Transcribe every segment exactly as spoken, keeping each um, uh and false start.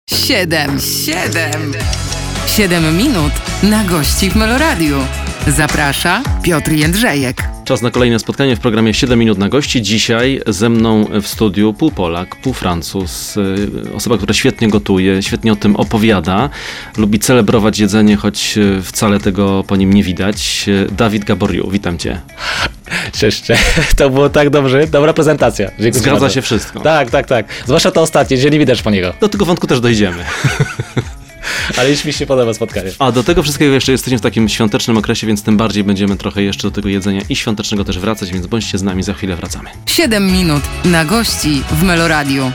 Siedem, siedem. Siedem minut na gości w Meloradiu. Zaprasza Piotr Jędrzejek. Czas na kolejne spotkanie w programie siedem minut na gości. Dzisiaj ze mną w studiu pół Polak, pół Francuz. Osoba, która świetnie gotuje, świetnie o tym opowiada. Lubi celebrować jedzenie, choć wcale tego po nim nie widać. Dawid Gaboriau, witam cię. Cześć, to było tak dobrze, dobra prezentacja. Dziękuję. Zgadza bardzo. się wszystko. Tak, tak, tak. Zwłaszcza to ostatnie, że nie widać po niego. Do tego wątku też dojdziemy. Ale już mi się podoba spotkanie. A do tego wszystkiego jeszcze jesteśmy w takim świątecznym okresie, więc tym bardziej będziemy trochę jeszcze do tego jedzenia i świątecznego też wracać, więc bądźcie z nami, za chwilę wracamy. Siedem minut na gości w Meloradiu.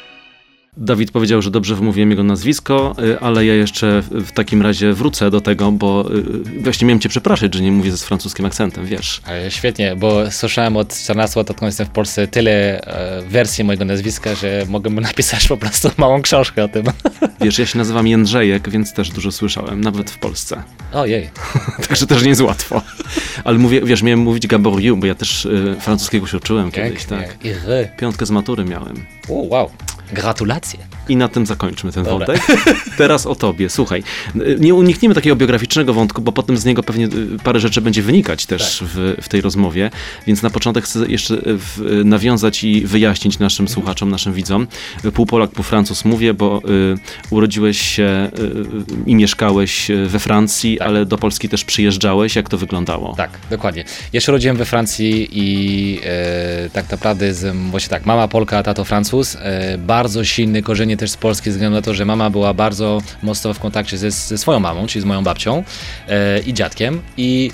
Dawid powiedział, że dobrze wymówiłem jego nazwisko, ale ja jeszcze w takim razie wrócę do tego, bo właśnie miałem cię przepraszać, że nie mówię z francuskim akcentem, wiesz. Ale świetnie, bo słyszałem od czternastu lat, odkąd jestem w Polsce, tyle e, wersji mojego nazwiska, że mogę napisać po prostu małą książkę o tym. Wiesz, ja się nazywam Jędrzejek, więc też dużo słyszałem, nawet w Polsce. Ojej. Także też nie jest łatwo. Ale mówię, wiesz, miałem mówić Gaboriau, bo ja też y, francuskiego się uczyłem kiedyś, tak. Piątkę z matury miałem. O, wow. Gratulacje. I na tym zakończmy ten Dobra. wątek. Teraz o tobie. Słuchaj, nie unikniemy takiego biograficznego wątku, bo potem z niego pewnie parę rzeczy będzie wynikać też tak. w, w tej rozmowie, więc na początek chcę jeszcze w, nawiązać i wyjaśnić naszym mhm. słuchaczom, naszym widzom. Pół Polak, pół Francuz mówię, bo y, urodziłeś się y, i mieszkałeś we Francji, tak. ale do Polski też przyjeżdżałeś. Jak to wyglądało? Tak, dokładnie. Ja się urodziłem we Francji i e, tak naprawdę z, właśnie tak, mama Polka, tato Francuz. E, bardzo silne korzenie też z Polski, ze względu na to, że mama była bardzo mocno w kontakcie ze, ze swoją mamą, czyli z moją babcią e, i dziadkiem. I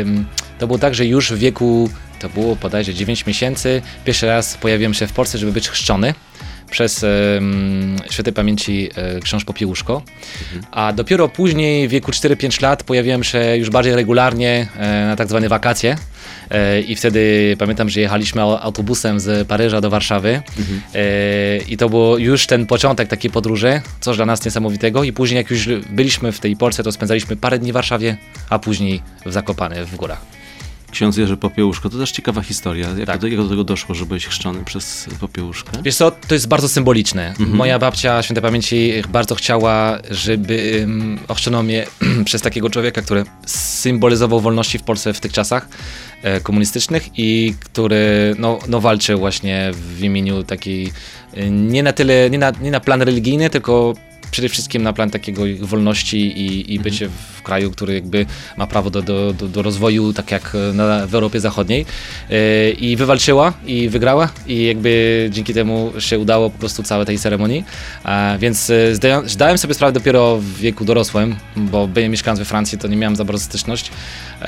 e, to było tak, że już w wieku, to było bodajże dziewięć miesięcy, pierwszy raz pojawiłem się w Polsce, żeby być chrzczony przez e, świętej pamięci e, ksiądz Popiełuszko, mhm. a dopiero później w wieku cztery pięć lat pojawiłem się już bardziej regularnie e, na tak zwane wakacje e, i wtedy pamiętam, że jechaliśmy autobusem z Paryża do Warszawy mhm. e, i to był już ten początek takiej podróży, coś dla nas niesamowitego i później jak już byliśmy w tej Polsce, to spędzaliśmy parę dni w Warszawie, a później w Zakopane w górach. Ksiądz Jerzy Popiełuszko, to też ciekawa historia. Jak, tak. do, jak do tego doszło, że byłeś chrzczony przez Popiełuszkę? Wiesz co, to jest bardzo symboliczne. Mhm. Moja babcia świętej pamięci bardzo chciała, żeby um, ochrzczono mnie przez takiego człowieka, który symbolizował wolności w Polsce w tych czasach e, komunistycznych i który no, no, walczył właśnie w imieniu takiej, e, nie na tyle, nie na, nie na plan religijny, tylko przede wszystkim na plan takiego wolności i, i bycie w kraju, który jakby ma prawo do, do, do, do rozwoju, tak jak na, w Europie Zachodniej. Yy, I wywalczyła i wygrała i jakby dzięki temu się udało po prostu całej tej ceremonii. A, więc zdałem, zdałem sobie sprawę dopiero w wieku dorosłym, bo byłem mieszkając we Francji, to nie miałem za bardzo styczność. Yy,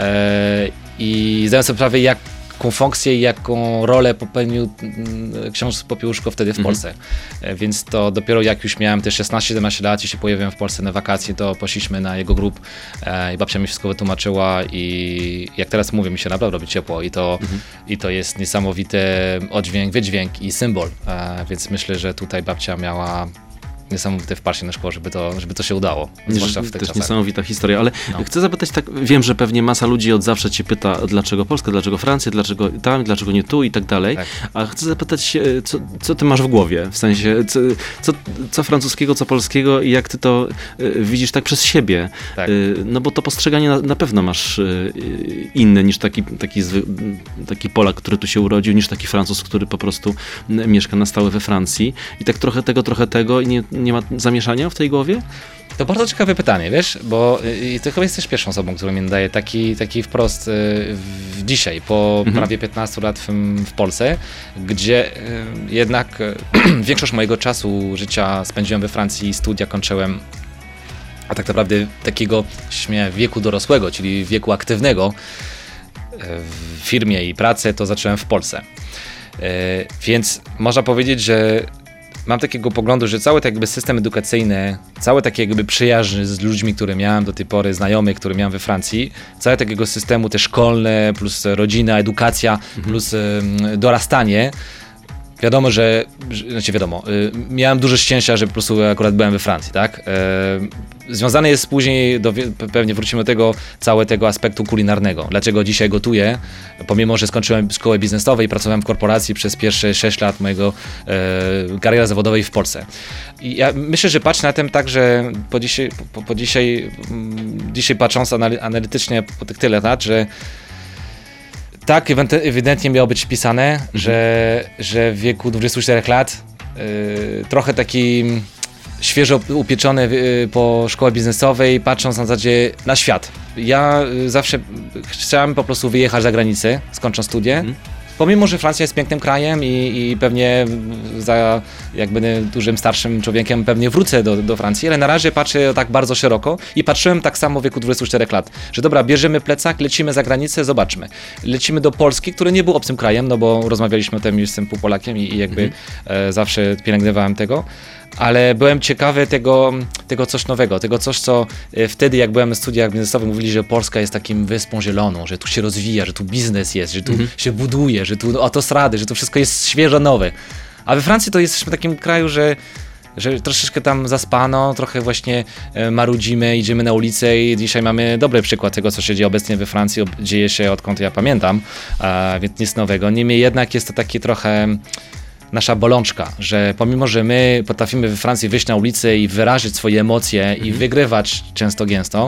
I zdałem sobie sprawę, jak jaką funkcję i jaką rolę popełnił ksiądz Popiełuszko wtedy w Polsce. Mhm. Więc to dopiero jak już miałem te szesnaście siedemnaście lat i się pojawiłem w Polsce na wakacje, to poszliśmy na jego grób e, i babcia mi wszystko wytłumaczyła i jak teraz mówię, mi się naprawdę robi ciepło i to, mhm. i to jest niesamowity oddźwięk, wydźwięk i symbol. E, więc myślę, że tutaj babcia miała niesamowite wparcie na szkło, żeby to, żeby to się udało. Zwłaszcza w tych też czasach. Niesamowita historia, ale no. chcę zapytać tak, wiem, że pewnie masa ludzi od zawsze cię pyta, dlaczego Polska, dlaczego Francja, dlaczego tam, dlaczego nie tu i tak dalej, tak. a chcę zapytać się, co, co ty masz w głowie, w sensie, co, co, co francuskiego, co polskiego i jak ty to y, widzisz tak przez siebie, tak. y, no bo to postrzeganie na, na pewno masz y, inne niż taki, taki, zwy, taki Polak, który tu się urodził, niż taki Francuz, który po prostu mieszka na stałe we Francji i tak trochę tego, trochę tego i nie nie ma zamieszania w tej głowie? To bardzo ciekawe pytanie, wiesz, bo y, ty chyba jesteś pierwszą osobą, która mi daje taki, taki wprost y, w, dzisiaj, po mhm. prawie piętnastu lat w, w Polsce, gdzie y, jednak y, większość mojego czasu życia spędziłem we Francji, studia kończyłem, a tak naprawdę takiego śmieję, wieku dorosłego, czyli wieku aktywnego y, w firmie i pracy, to zacząłem w Polsce. Y, więc można powiedzieć, że mam takiego poglądu, że cały tak jakby system edukacyjny, całe takie jakby przyjaźń z ludźmi, które miałem do tej pory, znajomych, które miałem we Francji, całe takiego systemu te szkolne, plus rodzina, edukacja, mhm. plus um, dorastanie, Wiadomo, że, że znaczy wiadomo, y, miałem dużo szczęścia, że po prostu akurat byłem we Francji, tak? Y, związane jest później, do, pewnie wrócimy do tego, całego tego aspektu kulinarnego. Dlaczego dzisiaj gotuję, pomimo, że skończyłem szkołę biznesową i pracowałem w korporacji przez pierwsze sześć lat mojego y, kariery zawodowej w Polsce. I ja myślę, że patrzę na tym tak, że po dzisiaj, po, po dzisiaj, dzisiaj patrząc analitycznie po tych tyle lat, że tak, ewidentnie miało być pisane, mhm. że, że w wieku dwudziestu czterech lat yy, trochę taki świeżo upieczony yy, po szkole biznesowej, patrząc na zasadzie na świat. Ja yy, zawsze chciałem po prostu wyjechać za granicę, skończąc studia. Mhm. Pomimo, że Francja jest pięknym krajem i, i pewnie za jakby dużym, starszym człowiekiem pewnie wrócę do, do Francji, ale na razie patrzę tak bardzo szeroko i patrzyłem tak samo w wieku dwudziestu czterech lat, że dobra, bierzemy plecak, lecimy za granicę, zobaczmy. Lecimy do Polski, który nie był obcym krajem, no bo rozmawialiśmy o tym, już jestem półpolakiem i, i jakby mhm. e, zawsze pielęgnowałem tego. Ale byłem ciekawy tego, tego coś nowego, tego coś, co wtedy, jak byłem na studiach biznesowych, mówili, że Polska jest takim wyspą zieloną, że tu się rozwija, że tu biznes jest, że tu mhm. się buduje, że tu autostrady, że to wszystko jest świeżo nowe. A we Francji to jesteśmy w takim kraju, że, że troszeczkę tam zaspano, trochę właśnie marudzimy, idziemy na ulicę i dzisiaj mamy dobry przykład tego, co się dzieje obecnie we Francji, dzieje się odkąd ja pamiętam, a, więc nic nowego. Niemniej jednak jest to takie trochę nasza bolączka, że pomimo, że my potrafimy we Francji wyjść na ulicę i wyrazić swoje emocje mm. i wygrywać często gęsto,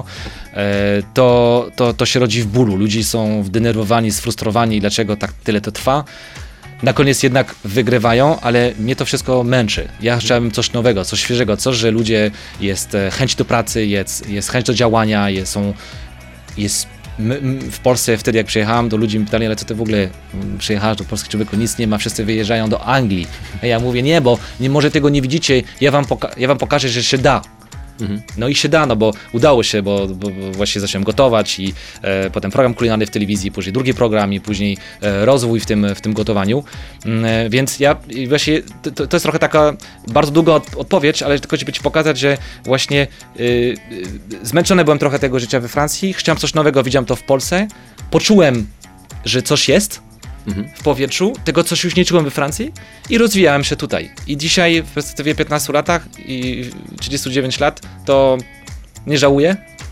to, to, to się rodzi w bólu. Ludzie są zdenerwowani, sfrustrowani, dlaczego tak tyle to trwa. Na koniec jednak wygrywają, ale mnie to wszystko męczy. Ja chciałem coś nowego, coś świeżego, coś, że ludzie, jest chęć do pracy, jest, jest chęć do działania, jest, są, jest My, w Polsce wtedy, jak przyjechałem, to ludzie mi pytali, ale co ty w ogóle przyjechałeś do Polski, człowieku, nic nie ma, wszyscy wyjeżdżają do Anglii. A ja mówię, nie, bo nie, może tego nie widzicie, ja wam, poka- ja wam pokażę, że się da. Mhm. No i się da, no bo udało się, bo, bo, bo właśnie zacząłem gotować i e, potem program kulinarny w telewizji, później drugi program i później e, rozwój w tym, w tym gotowaniu. E, więc ja właśnie, to, to jest trochę taka bardzo długa od, odpowiedź, ale tylko żeby ci pokazać, że właśnie e, e, zmęczony byłem trochę tego życia we Francji, chciałem coś nowego, widziałem to w Polsce, poczułem, że coś jest w powietrzu, tego coś już nie czułem we Francji i rozwijałem się tutaj. I dzisiaj w perspektywie piętnastu latach i trzydziestu dziewięciu lat to nie żałuję.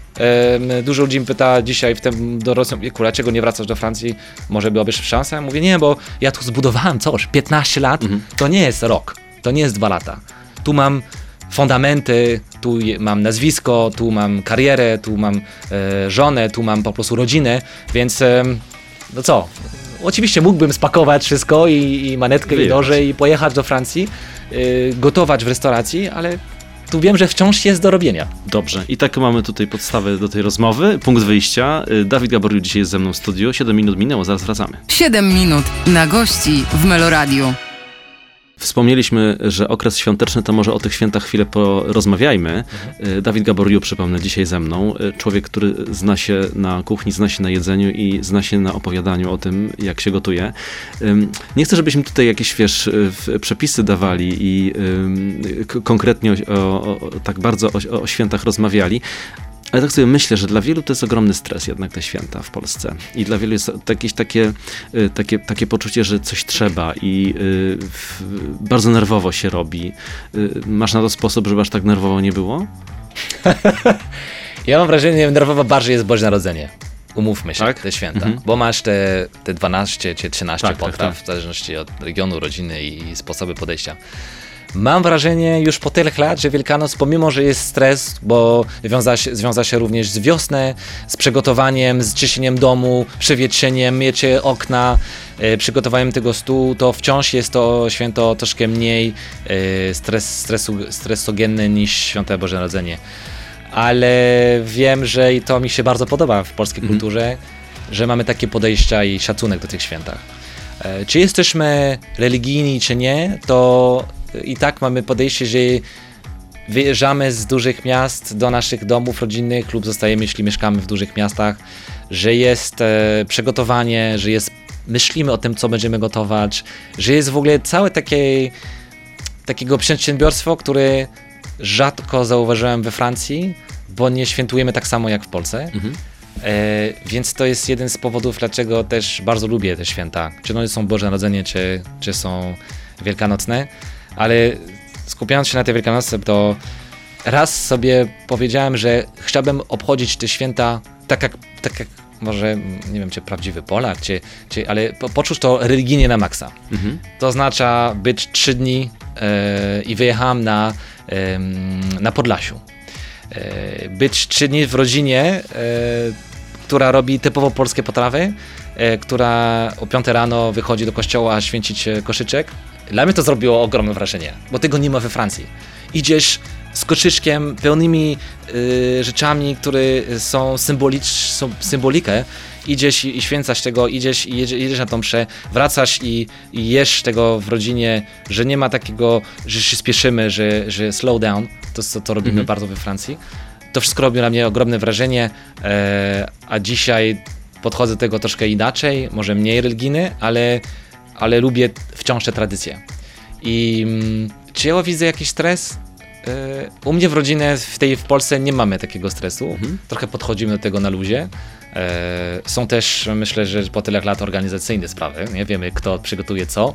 E, dużo ludzi mi pyta dzisiaj w tym dorosłym wieku, dlaczego nie wracasz do Francji, może byłabyś szansę? Mówię, nie, bo ja tu zbudowałem coś, piętnaście lat, mhm. to nie jest rok, to nie jest dwa lata. Tu mam fundamenty, tu mam nazwisko, tu mam karierę, tu mam e, żonę, tu mam po prostu rodzinę, więc e, no co? Oczywiście mógłbym spakować wszystko i, i manetkę i noże i pojechać do Francji, yy, gotować w restauracji, ale tu wiem, że wciąż jest do robienia. Dobrze. I tak mamy tutaj podstawę do tej rozmowy. Punkt wyjścia. Dawid Gaboriu dzisiaj jest ze mną w studiu. siedem minut minęło, zaraz wracamy. siedem minut na gości w Meloradiu. Wspomnieliśmy, że okres świąteczny, to może o tych świętach chwilę porozmawiajmy. Mhm. Dawid Gaboriu, przypomnę, dzisiaj ze mną. Człowiek, który zna się na kuchni, zna się na jedzeniu i zna się na opowiadaniu o tym, jak się gotuje. Nie chcę, żebyśmy tutaj jakieś, wiesz, przepisy dawali i konkretnie o, o, o, tak bardzo o, o świętach rozmawiali. Ale tak sobie myślę, że dla wielu to jest ogromny stres jednak te święta w Polsce. I dla wielu jest jakieś takie, takie, takie poczucie, że coś trzeba i y, w, bardzo nerwowo się robi. Y, masz na to sposób, żeby aż tak nerwowo nie było? Ja mam wrażenie, że nerwowo bardziej jest Boże Narodzenie. Umówmy się, tak? Te święta. Mhm. Bo masz te, te dwanaście czy trzynaście tak, potraw, tak, tak. w zależności od regionu, rodziny i sposoby podejścia. Mam wrażenie już po tyle lat, że Wielkanoc, pomimo że jest stres, bo wiąza się, związa się również z wiosną, z przygotowaniem, z czyszczeniem domu, przewietrzeniem, mycie okna, e, przygotowaniem tego stół, to wciąż jest to święto troszkę mniej e, stres, stresu, stresogenne niż Świąte Boże Narodzenie. Ale wiem, że i to mi się bardzo podoba w polskiej mhm. kulturze, że mamy takie podejścia i szacunek do tych świętach. E, czy jesteśmy religijni, czy nie, to i tak mamy podejście, że wyjeżdżamy z dużych miast do naszych domów rodzinnych lub zostajemy, jeśli mieszkamy w dużych miastach, że jest e, przygotowanie, że jest, myślimy o tym, co będziemy gotować, że jest w ogóle całe takie, takiego przedsiębiorstwo, które rzadko zauważyłem we Francji, bo nie świętujemy tak samo jak w Polsce. Mhm. E, więc to jest jeden z powodów, dlaczego też bardzo lubię te święta. Czy one są Boże Narodzenie, czy, czy są wielkanocne, ale skupiając się na tej Wielkanocy, to raz sobie powiedziałem, że chciałbym obchodzić te święta tak jak, tak jak może, nie wiem, czy prawdziwy Polak, czy, czy, ale po, poczuć to religijnie na maksa. Mhm. To oznacza być trzy dni e, i wyjechałem na, e, na Podlasiu. E, być trzy dni w rodzinie, e, która robi typowo polskie potrawy, e, która o piątej rano wychodzi do kościoła święcić koszyczek. Dla mnie to zrobiło ogromne wrażenie, bo tego nie ma we Francji. Idziesz z koszyczkiem, pełnymi y, rzeczami, które są, symbolicz, są symbolikę, idziesz i, i święcasz tego, idziesz i jedziesz, jedziesz na tą mszę, wracasz i, i jesz tego w rodzinie, że nie ma takiego, że się spieszymy, że, że slow down, to co to robimy mhm. bardzo we Francji. To wszystko robi na mnie ogromne wrażenie, e, a dzisiaj podchodzę do tego troszkę inaczej, może mniej religijny, ale, ale lubię wciąż te tradycje. I mm, czy ja widzę jakiś stres? U mnie w rodzinie, w tej w Polsce nie mamy takiego stresu. Mhm. Trochę podchodzimy do tego na luzie. Są też, myślę, że po tyle lat organizacyjne sprawy. Nie wiemy, kto przygotuje co.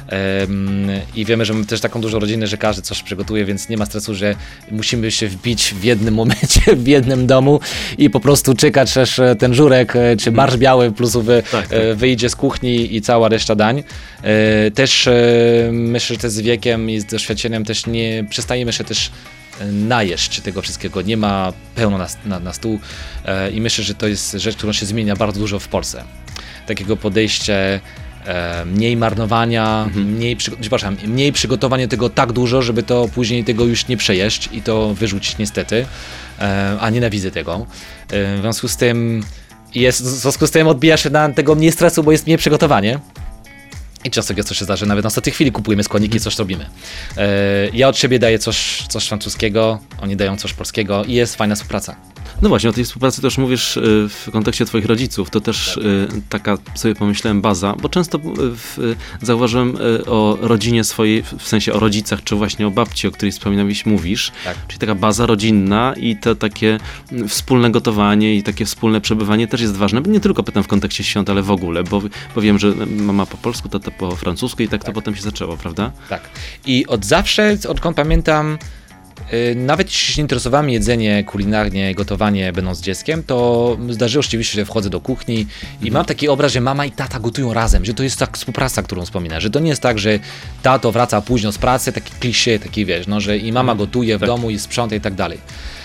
I wiemy, że mamy też taką dużą rodzinę, że każdy coś przygotuje, więc nie ma stresu, że musimy się wbić w jednym momencie, w jednym domu i po prostu czekać, aż ten żurek czy barszcz biały plus wy, tak, tak. wyjdzie z kuchni i cała reszta dań. Też myślę, że też z wiekiem i z doświadczeniem też nie przestajemy się też najeść tego wszystkiego, nie ma pełno na, na, na stół e, i myślę, że to jest rzecz, którą się zmienia bardzo dużo w Polsce. Takiego podejście, e, mniej marnowania, mhm. mniej, przy, przepraszam, mniej przygotowania tego tak dużo, żeby to później tego już nie przejeść i to wyrzucić niestety, e, a nienawidzę tego. E, w związku z tym jest, w związku z tym odbija się na tego mniej stresu, bo jest mniej przygotowanie. I często jest, co się zdarzy, nawet na ostatniej chwili kupujemy składniki i coś robimy. E, ja od siebie daję coś, coś francuskiego, oni dają coś polskiego i jest fajna współpraca. No właśnie, o tej współpracy też mówisz w kontekście twoich rodziców, to też tak. taka sobie pomyślałem baza, bo często w, zauważyłem o rodzinie swojej, w sensie o rodzicach, czy właśnie o babci, o której wspominałeś, mówisz, tak. Czyli taka baza rodzinna i to takie wspólne gotowanie i takie wspólne przebywanie też jest ważne, nie tylko pytam w kontekście świąt, ale w ogóle, bo, bo wiem, że mama po polsku, tata po francusku i tak, tak to potem się zaczęło, prawda? Tak. I od zawsze, odkąd pamiętam, nawet jeśli się interesowałem jedzeniem kulinarnie, gotowanie będąc dzieckiem, to zdarzyło się oczywiście, że wchodzę do kuchni i mhm. mam taki obraz, że mama i tata gotują razem, że to jest tak współpraca, którą wspomina, że to nie jest tak, że tato wraca późno z pracy, taki klisze, taki wiesz, no, że i mama gotuje w tak. domu i sprząta i tak dalej.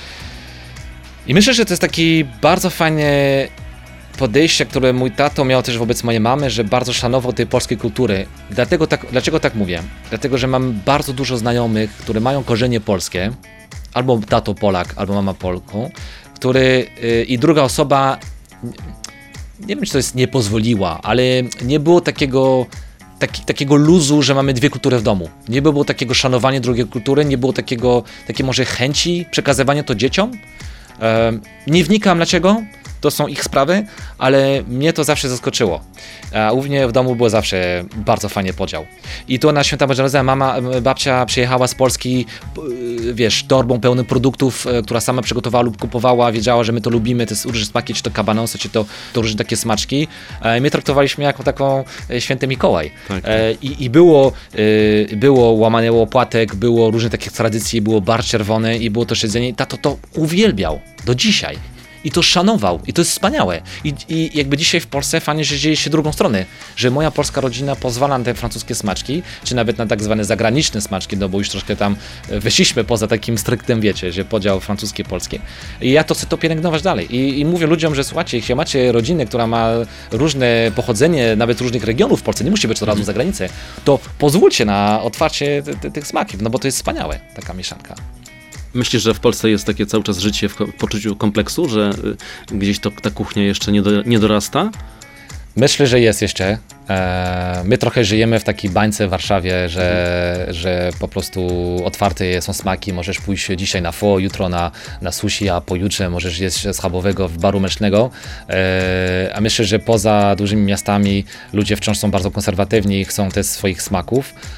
I myślę, że to jest taki bardzo fajny podejście, które mój tato miał też wobec mojej mamy, że bardzo szanował tej polskiej kultury. Dlatego tak, dlaczego tak mówię? Dlatego, że mam bardzo dużo znajomych, które mają korzenie polskie, albo tato Polak, albo mama Polką, który yy, i druga osoba, nie wiem, czy to jest nie pozwoliła, ale nie było takiego Taki, takiego luzu, że mamy dwie kultury w domu. Nie było takiego szanowania drugiej kultury, nie było takiego, takiej może chęci przekazywania to dzieciom. Yy, nie wnikam dlaczego, to są ich sprawy, ale mnie to zawsze zaskoczyło. A u mnie w domu było zawsze bardzo fajnie podział. I tu na Święta Bożego Narodzenia mama, babcia przyjechała z Polski, wiesz, torbą pełną produktów, która sama przygotowała lub kupowała, wiedziała, że my to lubimy, te różne smaki, czy to kabanosy, czy to, to różne takie smaczki. I my traktowaliśmy jako taką święty Mikołaj. Tak, tak. I, i było, było łamanie łopłatek, było różne takie tradycje, było barszcz czerwony i było to jedzenie. Tato to uwielbiał do dzisiaj. I to szanował. I to jest wspaniałe. I, I jakby dzisiaj w Polsce fajnie, że dzieje się drugą stronę. Że moja polska rodzina pozwala na te francuskie smaczki, czy nawet na tak zwane zagraniczne smaczki, no bo już troszkę tam wyszliśmy poza takim strictem, wiecie, że podział francuskie, polskie. I ja to chcę to pielęgnować dalej. I, i mówię ludziom, że słuchajcie, jeśli macie rodzinę, która ma różne pochodzenie, nawet różnych regionów w Polsce, nie musi być od razu za granicę, to pozwólcie na otwarcie t- t- tych smaków, no bo to jest wspaniałe, taka mieszanka. Myślisz, że w Polsce jest takie cały czas życie w poczuciu kompleksu, że gdzieś to, ta kuchnia jeszcze nie, do, nie dorasta? Myślę, że jest jeszcze. My trochę żyjemy w takiej bańce w Warszawie, że, mhm. że po prostu otwarte są smaki. Możesz pójść dzisiaj na pho, jutro na, na sushi, a pojutrze możesz jeść schabowego w baru mlecznego. A myślę, że poza dużymi miastami ludzie wciąż są bardzo konserwatywni i chcą też swoich smaków.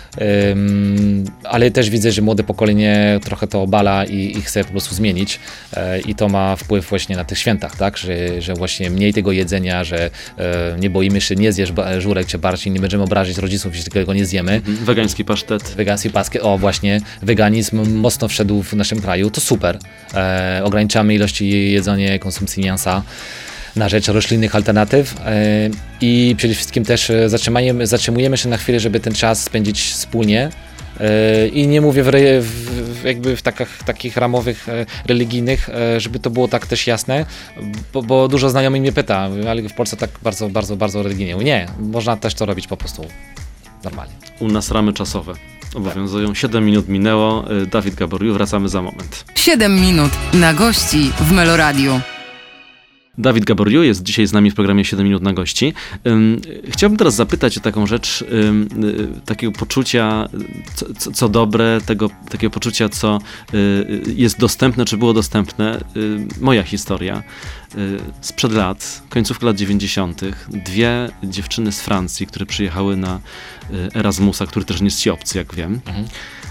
ym, ale też widzę, że młode pokolenie trochę to obala i, i chce po prostu zmienić e, i to ma wpływ właśnie na tych świętach, tak, że, że właśnie mniej tego jedzenia, że e, nie boimy się, nie zjesz ba- żurek czy barszcz, nie będziemy obrazić rodziców, jeśli tego nie zjemy. Wegański pasztet. Wegański paskę, o właśnie, weganizm mocno wszedł w naszym kraju, to super. E, ograniczamy ilości jedzenia, konsumpcji mięsa na rzecz roślinnych alternatyw e, i przede wszystkim też zatrzymujemy, zatrzymujemy się na chwilę, żeby ten czas spędzić wspólnie. E, I nie mówię w, re, w, jakby w takich, takich ramowych e, religijnych, e, żeby to było tak też jasne, bo, bo dużo znajomych mnie pyta, ale w Polsce tak bardzo, bardzo, bardzo religijnie. Nie, można też to robić po prostu normalnie. U nas ramy czasowe obowiązują. siedem minut minęło. Dawid Gaboriu, wracamy za moment. siedem minut na gości w Meloradiu. Dawid Gaboriu jest dzisiaj z nami w programie siedem minut na gości. Chciałbym teraz zapytać o taką rzecz, takiego poczucia, co, co, co dobre, tego, takiego poczucia, co jest dostępne, czy było dostępne. Moja historia sprzed lat, końcówka lat dziewięćdziesiątych. Dwie dziewczyny z Francji, które przyjechały na Erasmusa, który też nie jest ci obcy, jak wiem. Mhm.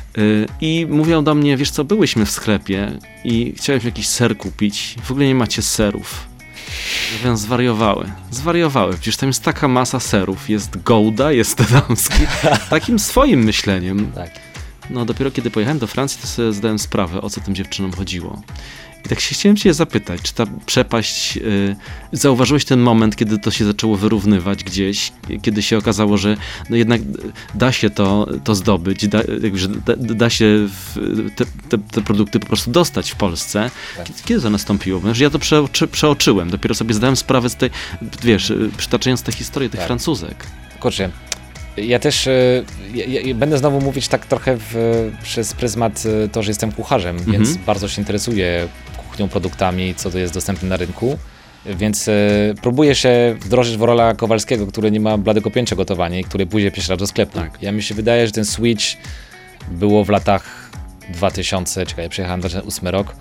I mówią do mnie, wiesz co, byłyśmy w sklepie i chciałem jakiś ser kupić. W ogóle nie macie serów. Mówią, zwariowały. Zwariowały. Przecież tam jest taka masa serów. Jest Gouda, jest Tedamski. Takim swoim myśleniem. Tak. No dopiero kiedy pojechałem do Francji, to sobie zdałem sprawę, o co tym dziewczynom chodziło. I tak się chciałem cię zapytać, czy ta przepaść, yy, zauważyłeś ten moment, kiedy to się zaczęło wyrównywać gdzieś, kiedy się okazało, że no jednak da się to, to zdobyć, da, jakby, że da, da się w, te, te, te produkty po prostu dostać w Polsce. Tak. Kiedy, kiedy to nastąpiło? Bo ja to przeoczy, przeoczyłem, dopiero sobie zdałem sprawę z tej, wiesz, przytaczając tę historię tych tak. Francuzek. Kurczę, ja też y, ja, ja będę znowu mówić tak trochę w, przez pryzmat y, to, że jestem kucharzem, mhm. więc bardzo się interesuję kuchnią, produktami, co to jest dostępne na rynku, więc y, próbuję się wdrożyć w rolę Kowalskiego, który nie ma bladego pojęcia gotowania i który pójdzie pierwszy raz do sklepu. Tak. Ja mi się wydaje, że ten switch było w latach dwa tysiące, czekaj, ja przyjechałem dwa tysiące ósmy rok,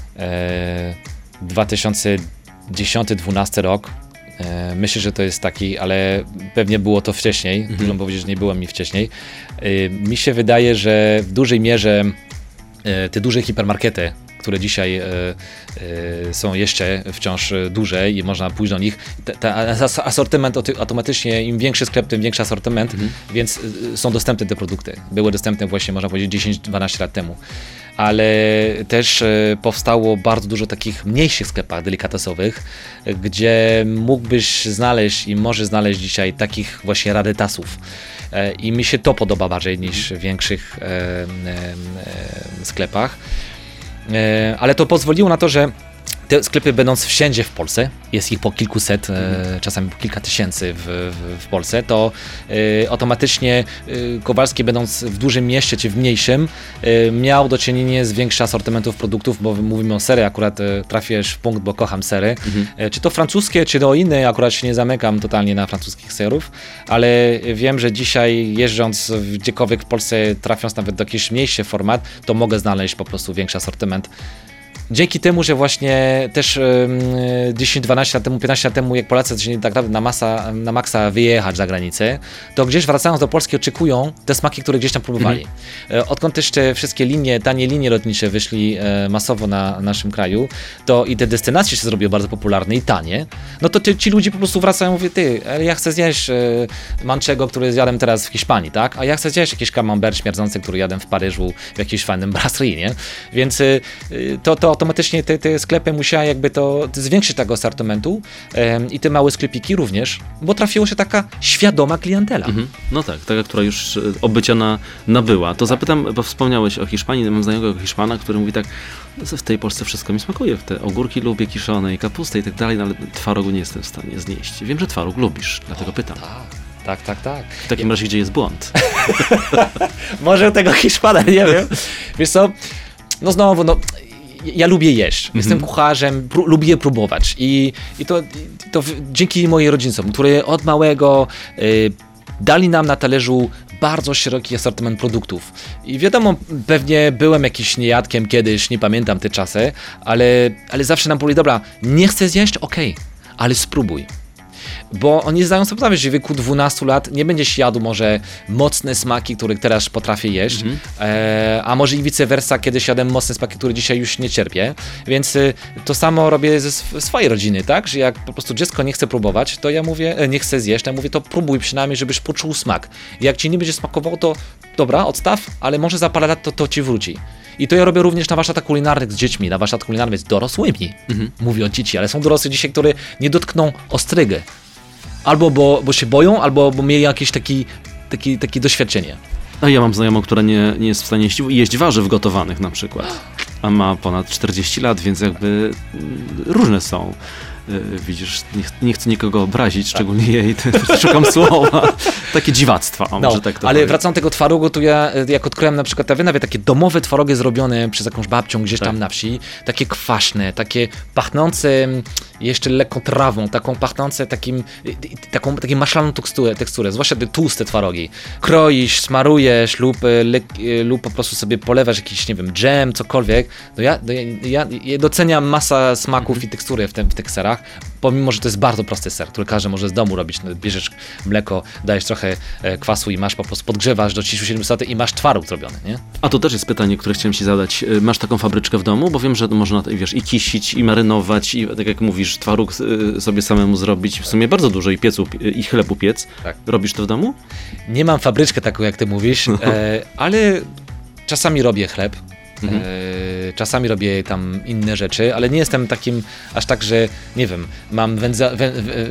e, dwa tysiące dziesiąty dwunasty rok. Myślę, że to jest taki, ale pewnie było to wcześniej, mhm. trudno powiedzieć, że nie było mi wcześniej. Mi się wydaje, że w dużej mierze te duże hipermarkety, które dzisiaj są jeszcze wciąż duże i można pójść do nich, ten asortyment automatycznie, im większy sklep, tym większy asortyment, mhm. więc są dostępne te produkty. Były dostępne właśnie, można powiedzieć, dziesięć dwanaście lat temu. Ale też powstało bardzo dużo takich mniejszych sklepach delikatesowych, gdzie mógłbyś znaleźć i możesz znaleźć dzisiaj takich właśnie rarytasów. I mi się to podoba bardziej niż w większych e, e, e, sklepach. E, ale to pozwoliło na to, że te sklepy będąc wszędzie w Polsce, jest ich po kilkuset, mhm. e, czasami po kilka tysięcy w, w, w Polsce, to e, automatycznie e, Kowalski będąc w dużym mieście czy w mniejszym e, miał do czynienia z większym asortymentów produktów, bo mówimy o sery, akurat e, trafisz w punkt, bo kocham sery. Mhm. E, czy to francuskie, czy to inne, akurat się nie zamykam totalnie na francuskich serów, ale wiem, że dzisiaj jeżdżąc gdziekolwiek w Polsce, trafiąc nawet do jakiś mniejszy format, to mogę znaleźć po prostu większy asortyment. Dzięki temu, że właśnie też dziesięć dwanaście lat temu, piętnaście lat temu, jak Polacy zaczęli tak naprawdę na, masa, na maksa wyjechać za granicę, to gdzieś wracając do Polski oczekują te smaki, które gdzieś tam próbowali. Mm. Odkąd też te wszystkie linie, tanie linie lotnicze wyszli masowo na naszym kraju, to i te destynacje się zrobiły bardzo popularne i tanie, no to ty, ci ludzie po prostu wracają i mówią, ty, ja chcę zjeść manchego, który zjadłem teraz w Hiszpanii, tak? A ja chcę zjeść jakiś camembert śmierdzący, który jadłem w Paryżu w jakimś fajnym brasserie, nie? Więc to, to automatycznie te, te sklepy musiały jakby to zwiększyć tego asortymentu um, i te małe sklepiki również, bo trafiło się taka świadoma klientela. Mhm. No tak, taka, która już obycia na, nabyła. To tak. Zapytam, bo wspomniałeś o Hiszpanii, mam znajomego Hiszpana, który mówi tak, w tej Polsce wszystko mi smakuje, te ogórki lubię kiszone i kapustę i tak dalej, no ale twarogu nie jestem w stanie znieść. Wiem, że twaróg lubisz, dlatego o, pytam. Tak. Tak, tak, tak. W takim razie, gdzie jest błąd? Może tego Hiszpana, nie wiem. Wiesz co, no znowu, no ja lubię jeść, mm-hmm. jestem kucharzem, pró- lubię próbować i, i to, i to w, dzięki moim rodzicom, którzy od małego y, dali nam na talerzu bardzo szeroki asortyment produktów. I wiadomo, pewnie byłem jakiś niejadkiem kiedyś, nie pamiętam te czasy, ale, ale zawsze nam powiedzieli, dobra, nie chcę zjeść, okej, okay, ale spróbuj. Bo oni zdają sobie sprawę, że w wieku dwunastu lat nie będziesz jadł może mocne smaki, które teraz potrafię jeść, mhm. e, a może i vice versa, kiedyś jadłem mocne smaki, które dzisiaj już nie cierpię, więc e, to samo robię ze sw- swojej rodziny, tak, że jak po prostu dziecko nie chce próbować, to ja mówię, e, nie chce zjeść, to ja mówię, to próbuj przynajmniej, żebyś poczuł smak. Jak ci nie będzie smakowało, to dobra, odstaw, ale może za parę lat to, to ci wróci. I to ja robię również na warsztatach kulinarnych z dziećmi, na warsztat kulinarnych z dorosłymi. Mhm. Mówię o dzieci, ale są dorosłe dzisiaj, które nie dotkną ostrygy. Albo bo, bo się boją, albo bo mieli jakieś taki, taki, takie doświadczenie. A ja mam znajomą, która nie, nie jest w stanie jeść, jeść warzyw gotowanych na przykład. A ma ponad czterdzieści lat, więc jakby różne są. Widzisz, nie, nie chcę nikogo obrazić, szczególnie tak. jej, szukam słowa, takie dziwactwa, o, no, może tak to ale powiem. wracając do tego twarogu, to ja jak odkryłem na przykład te nawet takie domowe twarogi zrobione przez jakąś babcią gdzieś tak. tam na wsi, takie kwaśne, takie pachnące jeszcze lekką trawą, taką pachnące takim, taką, taką maślaną teksturę, teksturę, zwłaszcza te tłuste twarogi. Kroisz, smarujesz lub, lub po prostu sobie polewasz jakiś, nie wiem, dżem, cokolwiek, no ja, no ja, ja, ja doceniam masa smaków mhm. i tekstury w, tym, w tych serach, pomimo, że to jest bardzo prosty ser, który każdy może z domu robić. No, bierzesz mleko, dajesz trochę e, kwasu i masz po prostu, podgrzewasz do trzydziestu siedmiu stopni i masz twaróg zrobiony, nie? A to też jest pytanie, które chciałem ci zadać. Masz taką fabryczkę w domu? Bo wiem, że można, wiesz, i kisić, i marynować, i tak jak mówisz, twaróg sobie samemu zrobić. W sumie bardzo dużo i piecu, i chlebu piec. Tak. Robisz to w domu? Nie mam fabryczkę taką, jak ty mówisz, no. e, ale czasami robię chleb. Mhm. E, czasami robię tam inne rzeczy, ale nie jestem takim aż tak, że nie wiem, mam wędza, wę,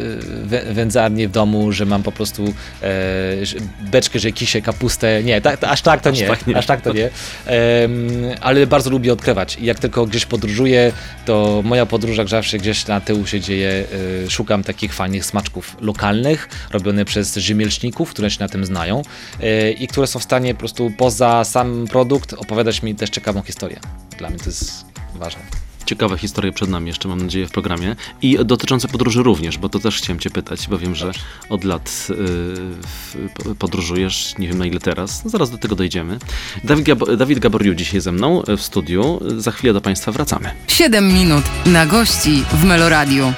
wę, wędzarnię w domu, że mam po prostu e, beczkę, że kiszę kapustę. Nie, tak, aż tak to nie, aż tak nie, aż tak to nie. E, ale bardzo lubię odkrywać i jak tylko gdzieś podróżuję, to moja podróż zawsze gdzieś na tyłu się dzieje, e, szukam takich fajnych smaczków lokalnych, robione przez rzemieślników, które się na tym znają e, i które są w stanie po prostu poza sam produkt opowiadać mi też ciekawą historię. Dla mnie to jest ważne. Ciekawe historie przed nami jeszcze, mam nadzieję, w programie. I dotyczące podróży również, bo to też chciałem cię pytać, bo wiem, że od lat yy, podróżujesz, nie wiem na ile teraz, no zaraz do tego dojdziemy. Dawid, Gab- Dawid Gaboriu dzisiaj ze mną w studiu, za chwilę do Państwa wracamy. siedem minut na gości w Meloradiu.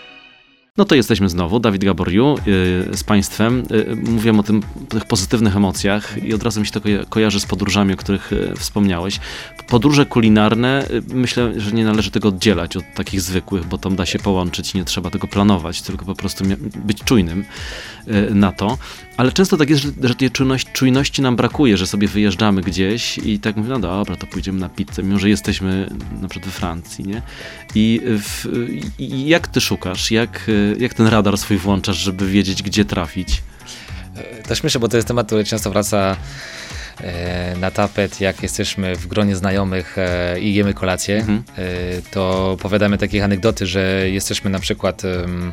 No to jesteśmy znowu, Dawid Gaboriu yy, z Państwem. Yy, mówiłem o tym, o tych pozytywnych emocjach i od razu mi się to ko- kojarzy z podróżami, o których yy, wspomniałeś. Podróże kulinarne, yy, myślę, że nie należy tego oddzielać od takich zwykłych, bo tam da się połączyć i nie trzeba tego planować, tylko po prostu mia- być czujnym yy, na to. Ale często tak jest, że, że tej czujności, czujności nam brakuje, że sobie wyjeżdżamy gdzieś i tak mówię, no dobra, to pójdziemy na pizzę, mimo że jesteśmy na przykład we Francji, nie? I, w, i jak ty szukasz, jak, jak ten radar swój włączasz, żeby wiedzieć, gdzie trafić? Też myślę, bo to jest temat, który często wraca na tapet, jak jesteśmy w gronie znajomych i jemy kolację, mhm. to opowiadamy takie anegdoty, że jesteśmy na przykład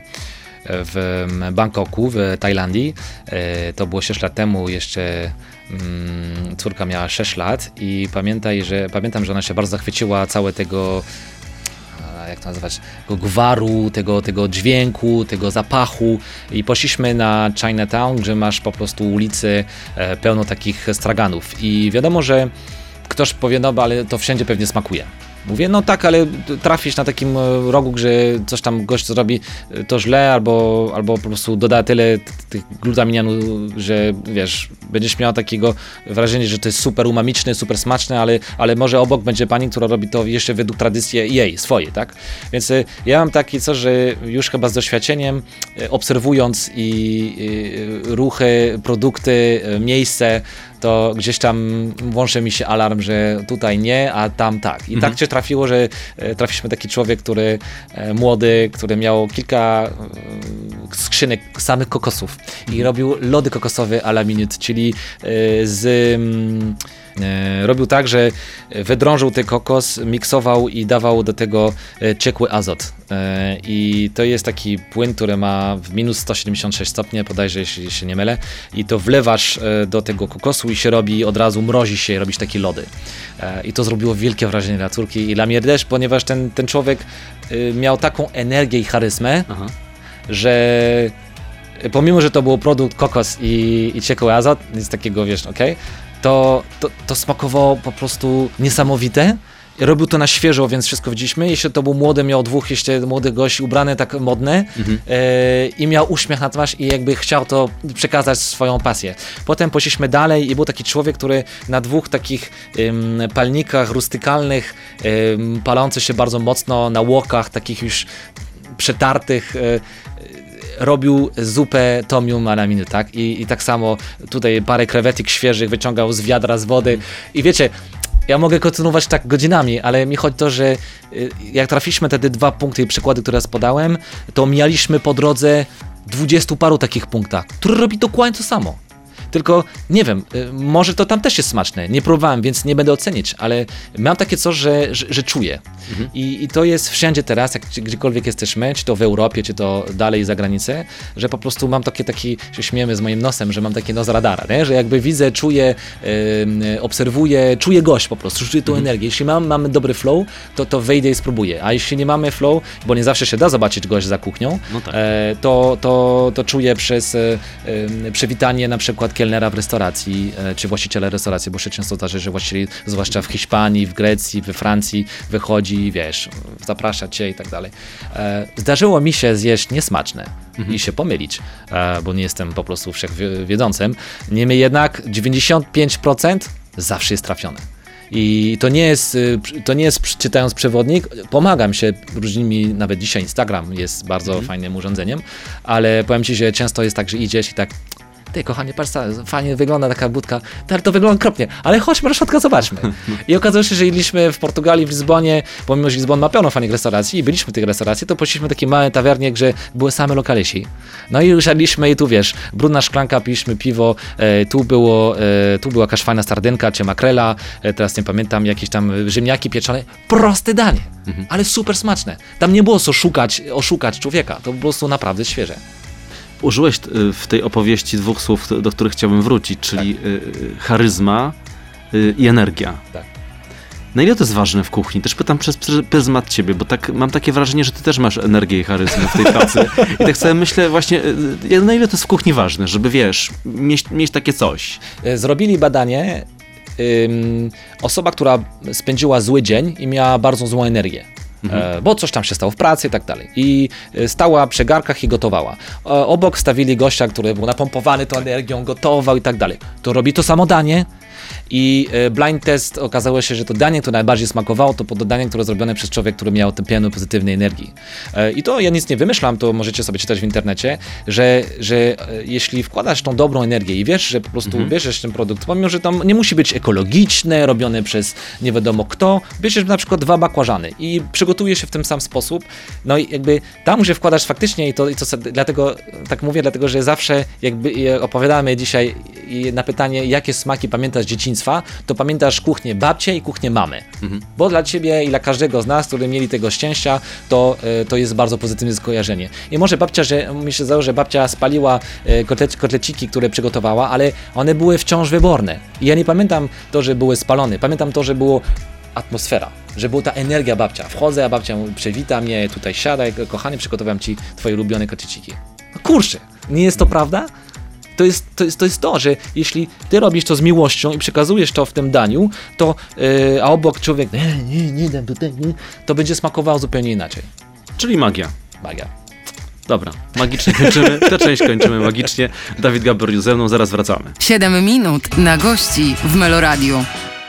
w Bangkoku, w Tajlandii. To było sześć lat temu, jeszcze córka miała sześć lat i pamiętaj, że, pamiętam, że ona się bardzo zachwyciła całe tego, jak to nazwać, tego gwaru, tego, tego dźwięku, tego zapachu i poszliśmy na Chinatown, gdzie masz po prostu ulicy pełno takich straganów i wiadomo, że ktoś powie, no ale to wszędzie pewnie smakuje. Mówię, no tak, ale trafisz na takim rogu, że coś tam gość zrobi to źle, albo, albo po prostu doda tyle tych glutaminianu, że wiesz, będziesz miał takiego wrażenie, że to jest super umamiczne, super smaczne, ale, ale może obok będzie pani, która robi to jeszcze według tradycji jej, swojej, tak? Więc ja mam takie coś, że już chyba z doświadczeniem, obserwując i, i ruchy, produkty, miejsce, to gdzieś tam włączy mi się alarm, że tutaj nie, a tam tak. I mhm. tak się trafiło, że trafiliśmy taki człowiek, który młody, który miał kilka skrzynek samych kokosów i robił lody kokosowe à la minute, czyli z... robił tak, że wydrążył ten kokos, miksował i dawał do tego ciekły azot. I to jest taki płyn, który ma w minus sto siedemdziesiąt sześć stopni, bodajże, jeśli się nie mylę. I to wlewasz do tego kokosu i się robi, od razu mrozi się i robisz takie lody. I to zrobiło wielkie wrażenie dla córki i dla mnie też, ponieważ ten, ten człowiek miał taką energię i charyzmę, Aha. że pomimo, że to był produkt kokos i, i ciekły azot, nic takiego, wiesz, okej, okay, To, to, to smakowało po prostu niesamowite robił to na świeżo, więc wszystko widzieliśmy. Jeśli to był młody, miał dwóch jeszcze młodych gości ubrane tak modne mhm. e, i miał uśmiech na twarz i jakby chciał to przekazać swoją pasję. Potem poszliśmy dalej i był taki człowiek, który na dwóch takich um, palnikach rustykalnych, um, palący się bardzo mocno na łokach, takich już przetartych, e, robił zupę tom yum alaminy, tak? I, I tak samo tutaj parę krewetek świeżych wyciągał z wiadra, z wody i wiecie, ja mogę kontynuować tak godzinami, ale mi chodzi o to, że jak trafiliśmy te dwa punkty i przykłady, które podałem, to mijaliśmy po drodze dwudziestu paru takich punktach, które robi dokładnie to samo. Tylko, nie wiem, może to tam też jest smaczne, nie próbowałem, więc nie będę ocenić, ale mam takie coś, że, że, że czuję. Mhm. I, I to jest wszędzie teraz, jak gdziekolwiek jesteśmy, czy to w Europie, czy to dalej za granicę, że po prostu mam takie, taki, się śmiejemy z moim nosem, że mam taki nos radara, nie? Że jakby widzę, czuję, yy, obserwuję, czuję gość po prostu, czuję tą mhm. energię. Jeśli mam, mamy dobry flow, to, to wejdę i spróbuję, a jeśli nie mamy flow, bo nie zawsze się da zobaczyć gość za kuchnią, no tak. e, to, to, to czuję przez e, e, przywitanie na przykład kelnera w restauracji, czy właściciela restauracji, bo się często zdarzy, że właściciel, zwłaszcza w Hiszpanii, w Grecji, we Francji, wychodzi, wiesz, zaprasza cię i tak dalej. Zdarzyło mi się zjeść niesmaczne mhm. i się pomylić, bo nie jestem po prostu wszechwiedzącym. Niemniej jednak dziewięćdziesiąt pięć procent zawsze jest trafione. I to nie jest, to nie jest czytając przewodnik, pomagam się różnymi, nawet dzisiaj Instagram jest bardzo mhm. fajnym urządzeniem, ale powiem ci, że często jest tak, że idziesz i tak ty, kochanie, patrz, fajnie wygląda taka budka, tak, to wygląda okropnie, ale chodźmy do środka, zobaczmy. I okazuje się, że jedliśmy w Portugalii, w Lizbonie, pomimo, że Lizbon ma pełno fajnych restauracji i byliśmy w tych restauracji, to poszliśmy w takie małe tawernie, gdzie były same lokalesi. No i usiadliśmy i tu wiesz, brudna szklanka, piliśmy piwo, e, tu było, e, tu była jakaś fajna sardynka, czy makrela, e, teraz nie pamiętam, jakieś tam ziemniaki pieczone, proste danie, mhm. ale super smaczne. Tam nie było co szukać, oszukać człowieka, to po prostu naprawdę świeże. Użyłeś w tej opowieści dwóch słów, do których chciałbym wrócić, czyli tak. charyzma i energia. Tak. Na ile to jest ważne w kuchni? Też pytam przez pryzmat ciebie, bo tak mam takie wrażenie, że ty też masz energię i charyzmę w tej pracy. I tak sobie myślę właśnie, na ile to jest w kuchni ważne, żeby wiesz, mieć, mieć takie coś. Zrobili badanie, ym, osoba, która spędziła zły dzień i miała bardzo złą energię. Mhm. Bo coś tam się stało w pracy i tak dalej. I stała przy garkach i gotowała. Obok stawili gościa, który był napompowany tą energią, gotował i tak dalej. To robi to samo danie i blind test okazało się, że to danie, które najbardziej smakowało, to to danie, które zrobione przez człowiek, który miał tę pełną pozytywnej energii. I to ja nic nie wymyślam, to możecie sobie czytać w internecie, że, że jeśli wkładasz tą dobrą energię i wiesz, że po prostu mhm. bierzesz ten produkt, pomimo, że tam nie musi być ekologiczne, robione przez nie wiadomo kto, bierzesz na przykład dwa bakłażany i przygotujesz się w ten sam sposób, no i jakby tam, że wkładasz faktycznie i to, i to dlatego tak mówię, dlatego, że zawsze jakby opowiadamy dzisiaj na pytanie, jakie smaki pamiętasz z dzieciństwa, to pamiętasz kuchnię babcie i kuchnię mamy. Mhm. Bo dla ciebie i dla każdego z nas, którzy mieli tego szczęścia, to, to jest bardzo pozytywne skojarzenie. I może babcia, że mi się zdało, że babcia spaliła kotlec, kotleciki, które przygotowała, ale one były wciąż wyborne. I ja nie pamiętam to, że były spalone. Pamiętam to, że było atmosfera, że była ta energia babcia. Wchodzę, a babcia przywita mnie, tutaj siadaj, kochany, przygotowałem ci twoje ulubione kotleciki. No kurczę, nie jest to prawda? To jest, to, jest, to jest to, że jeśli ty robisz to z miłością i przekazujesz to w tym daniu, to yy, a obok człowiek nie, nie, nie dam tutaj, nie, to będzie smakowało zupełnie inaczej. Czyli magia. Magia. Dobra, magicznie kończymy. Tę część kończymy magicznie. Dawid Gaboriu ze mną, zaraz wracamy. siedem minut na gości w Meloradiu.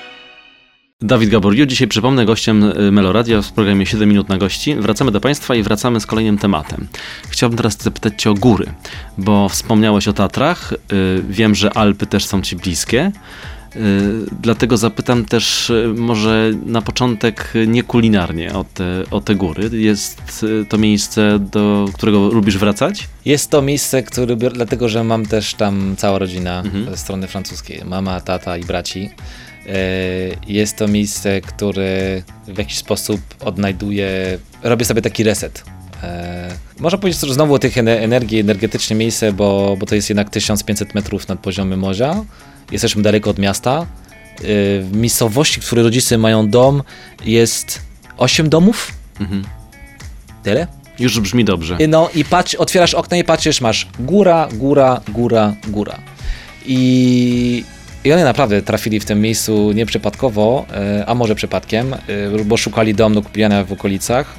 Dawid Gaboriu, dzisiaj przypomnę gościem Meloradia w programie siedem minut na gości. Wracamy do Państwa i wracamy z kolejnym tematem. Chciałbym teraz zapytać Cię o góry, bo wspomniałeś o Tatrach. Wiem, że Alpy też są Ci bliskie. Dlatego zapytam też może na początek nie kulinarnie o te, o te góry. Jest to miejsce, do którego lubisz wracać? Jest to miejsce, które dlatego, że mam też tam cała rodzina mhm. ze strony francuskiej. Mama, tata i braci. Jest to miejsce, które w jakiś sposób odnajduje, robię sobie taki reset. Można powiedzieć że znowu o tych energii, energetyczne miejsce, bo, bo to jest jednak tysiąc pięćset metrów nad poziomem morza. Jesteśmy daleko od miasta. W miejscowości, w której rodzice mają dom, jest osiem domów. Mhm. Tyle? Już brzmi dobrze. No i patrz, otwierasz okno i patrzysz, masz góra, góra, góra, góra. I I oni naprawdę trafili w tym miejscu nieprzypadkowo, a może przypadkiem, bo szukali domu do kupienia w okolicach.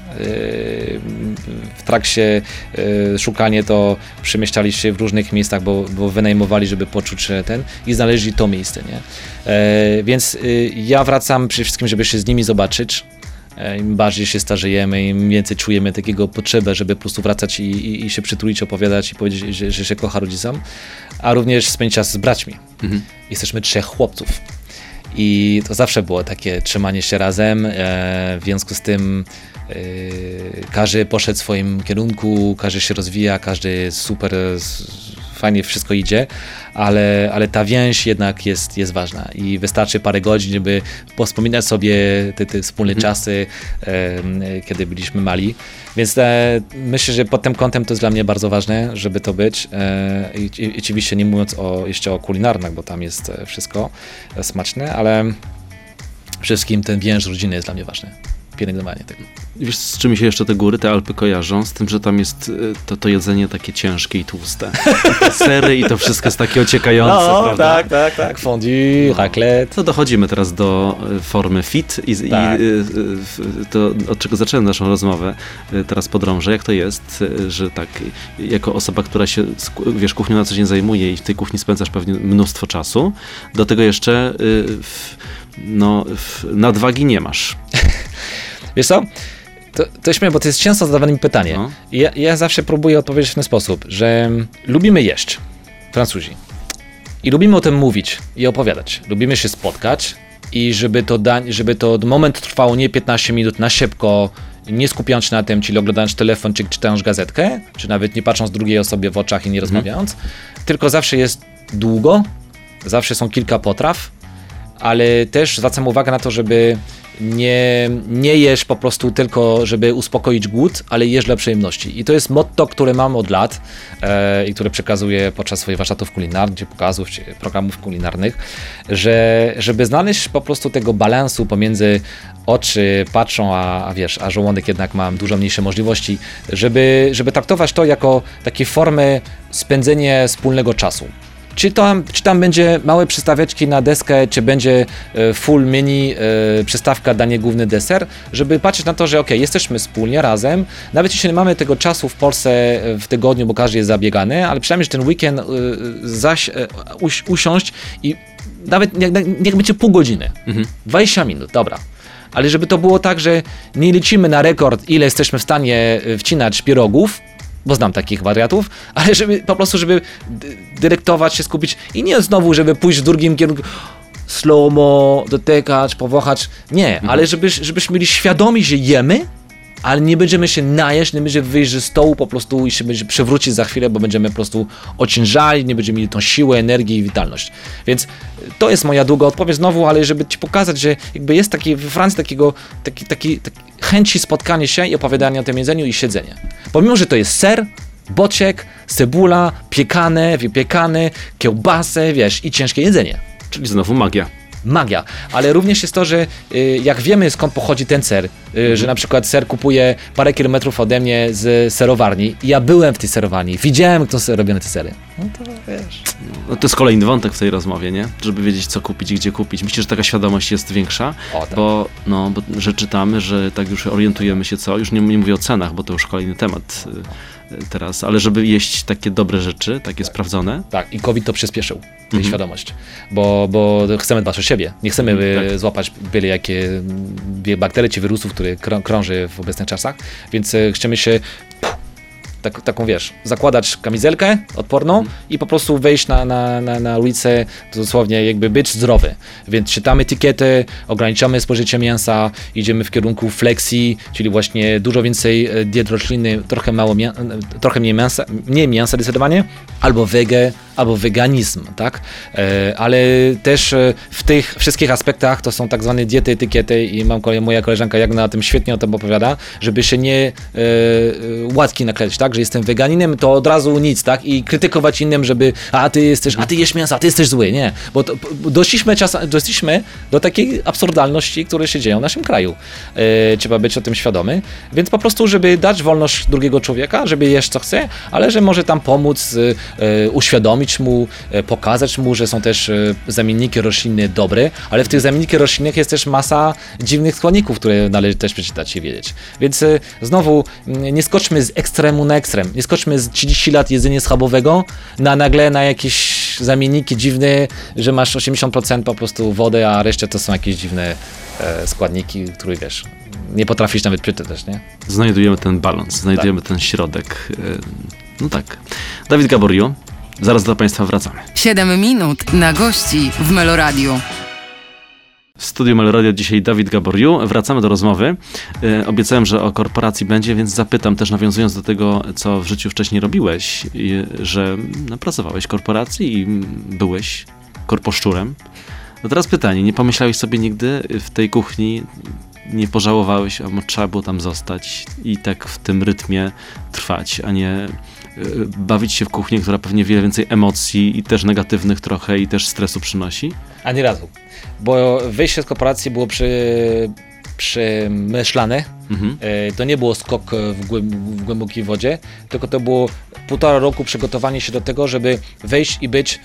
W trakcie szukania to przemieszczali się w różnych miejscach, bo, bo wynajmowali, żeby poczuć ten i znaleźli to miejsce, nie? Więc ja wracam przede wszystkim, żeby się z nimi zobaczyć. Im bardziej się starzejemy, im więcej czujemy takiego potrzebę, żeby po prostu wracać i, i, i się przytulić, opowiadać i powiedzieć, że, że się kocha rodzicom, a również spędzić czas z braćmi. Mhm. Jesteśmy trzech chłopców i to zawsze było takie trzymanie się razem, e, w związku z tym e, każdy poszedł w swoim kierunku, każdy się rozwija, każdy super fajnie wszystko idzie, ale, ale ta więź jednak jest, jest ważna i wystarczy parę godzin, żeby wspominać sobie te, te wspólne mm. czasy, e, kiedy byliśmy mali. Więc e, myślę, że pod tym kątem to jest dla mnie bardzo ważne, żeby to być. E, i, i oczywiście nie mówiąc o, jeszcze o kulinarnych, bo tam jest wszystko smaczne, ale przede wszystkim ten więź rodziny jest dla mnie ważny. Pielęgnowanie tego. Wiesz, z czym mi się jeszcze te góry, te Alpy kojarzą? Z tym, że tam jest to, to jedzenie takie ciężkie i tłuste. Te sery i to wszystko jest takie ociekające, no, prawda? tak, tak, tak. Fondue, no. raclette. To dochodzimy teraz do formy fit i, tak. i to, od czego zacząłem naszą rozmowę, teraz podrążę. Jak to jest, że tak, jako osoba, która się, wiesz, kuchnią na co dzień zajmuje i w tej kuchni spędzasz pewnie mnóstwo czasu, do tego jeszcze w, no, w nadwagi nie masz. Wiesz co? To, to śmieję, bo to jest często zadawane mi pytanie. No. Ja, ja zawsze próbuję odpowiedzieć w ten sposób, że lubimy jeść, Francuzi. I lubimy o tym mówić i opowiadać. Lubimy się spotkać i żeby to, da, żeby to moment trwało nie piętnaście minut na szybko, nie skupiając się na tym, czyli oglądając telefon, czy czytając gazetkę, czy nawet nie patrząc drugiej osobie w oczach i nie rozmawiając, mm. tylko zawsze jest długo, zawsze są kilka potraw, ale też zwracam uwagę na to, żeby nie, nie jesz po prostu tylko, żeby uspokoić głód, ale jesz dla przyjemności. I to jest motto, które mam od lat e, i które przekazuję podczas swoich warsztatów kulinarnych, czy pokazów, czy programów kulinarnych, że żeby znaleźć po prostu tego balansu pomiędzy oczy patrzą, a, a wiesz, a żołądek jednak ma dużo mniejsze możliwości, żeby, żeby traktować to jako takie formy spędzenia wspólnego czasu. Czy tam, czy tam będzie małe przystawiaczki na deskę, czy będzie full mini e, przystawka, danie główny, deser, żeby patrzeć na to, że ok, jesteśmy wspólnie, razem, nawet jeśli nie mamy tego czasu w Polsce w tygodniu, bo każdy jest zabiegany, ale przynajmniej, że ten weekend e, zaś e, uś, usiąść i nawet niech, niech będzie pół godziny, mhm. dwadzieścia minut, dobra. Ale żeby to było tak, że nie liczymy na rekord, ile jesteśmy w stanie wcinać pierogów, bo znam takich wariatów, ale żeby po prostu, żeby dyryktować się, skupić i nie znowu, żeby pójść w drugim kierunku, slow-mo, dotykać, powąchać, nie, mhm. ale żeby, żebyśmy mieli świadomi, że jemy, ale nie będziemy się najeść, nie będziemy wyjść ze stołu po prostu i się będzie przewrócić za chwilę, bo będziemy po prostu ociężali, nie będziemy mieli tą siłę, energię i witalność. Więc to jest moja długa odpowiedź znowu, ale żeby ci pokazać, że jakby jest taki we Francji takiego, taki, taki, taki chęci spotkania się i opowiadania o tym jedzeniu i siedzenia. Pomimo, że to jest ser, bociek, cebula, piekane, wypiekane, kiełbasę, wiesz, i ciężkie jedzenie. Czyli znowu magia. Magia, ale również jest to, że y, jak wiemy skąd pochodzi ten ser, y, mhm. że na przykład ser kupuje parę kilometrów ode mnie z serowarni i ja byłem w tej serowarni, widziałem kto robią te sery. No to wiesz. No to jest kolejny wątek w tej rozmowie, nie? Żeby wiedzieć co kupić i gdzie kupić. Myślę, że taka świadomość jest większa, o, tak. bo, no, bo że czytamy, że tak już orientujemy się co, już nie, nie mówię o cenach, bo to już kolejny temat y, teraz, ale żeby jeść takie dobre rzeczy, takie tak. sprawdzone. Tak, i COVID to przyspieszył, tę mhm. świadomość, bo, bo chcemy dbać o siebie, nie chcemy mhm, tak. złapać byle jakie bakterie czy wirusów, które krą- krąży w obecnych czasach, więc chcemy się tak, taką, wiesz, zakładać kamizelkę odporną mm. i po prostu wejść na, na, na, na ulicę, dosłownie jakby być zdrowy. Więc czytamy etykiety, ograniczamy spożycie mięsa, idziemy w kierunku flexi, czyli właśnie dużo więcej diet roślinnych, trochę mało mię- trochę mniej mięsa, mniej mięsa zdecydowanie, albo wege, albo weganizm, tak? E, ale też w tych wszystkich aspektach to są tak zwane diety, etykiety i mam kolej, moja koleżanka Jagna o tym świetnie o tym opowiada, żeby się nie e, łatki nakleić, tak? Że jestem weganinem, to od razu nic, tak? I krytykować innym, żeby a ty jesteś, a ty jesz mięso, a ty jesteś zły, nie? Bo to, doszliśmy, czas, doszliśmy do takiej absurdalności, które się dzieją w naszym kraju. E, trzeba być o tym świadomy, więc po prostu, żeby dać wolność drugiego człowieka, żeby jeść co chce, ale że może tam pomóc, e, uświadomić mówić mu, pokazać mu, że są też zamienniki roślinne dobre, ale w tych zamiennikach roślinnych jest też masa dziwnych składników, które należy też przeczytać i wiedzieć. Więc znowu nie skoczmy z ekstremu na ekstrem, nie skoczmy z trzydzieści lat jedzenia schabowego na nagle na jakieś zamienniki dziwne, że masz osiemdziesiąt procent po prostu wody, a resztę to są jakieś dziwne e, składniki, które wiesz, nie potrafisz nawet przeczytać, nie? Znajdujemy ten balans, znajdujemy tak. ten środek. No tak. Dawid Gaboriu, zaraz do Państwa wracamy. siedem minut na gości w Meloradiu. W studiu Meloradio dzisiaj Dawid Gaboriu. Wracamy do rozmowy. E, obiecałem, że o korporacji będzie, więc zapytam też, nawiązując do tego, co w życiu wcześniej robiłeś, i, że no, pracowałeś w korporacji i byłeś korposzczurem. No teraz pytanie, nie pomyślałeś sobie nigdy w tej kuchni, nie pożałowałeś, a trzeba było tam zostać i tak w tym rytmie trwać, a nie y, bawić się w kuchni, która pewnie wiele więcej emocji i też negatywnych trochę i też stresu przynosi? Ani razu, bo wyjście z korporacji było przy, przemyślane, mhm. e, to nie było skok w, głęb, w głębokiej wodzie, tylko to było półtora roku przygotowanie się do tego, żeby wejść i być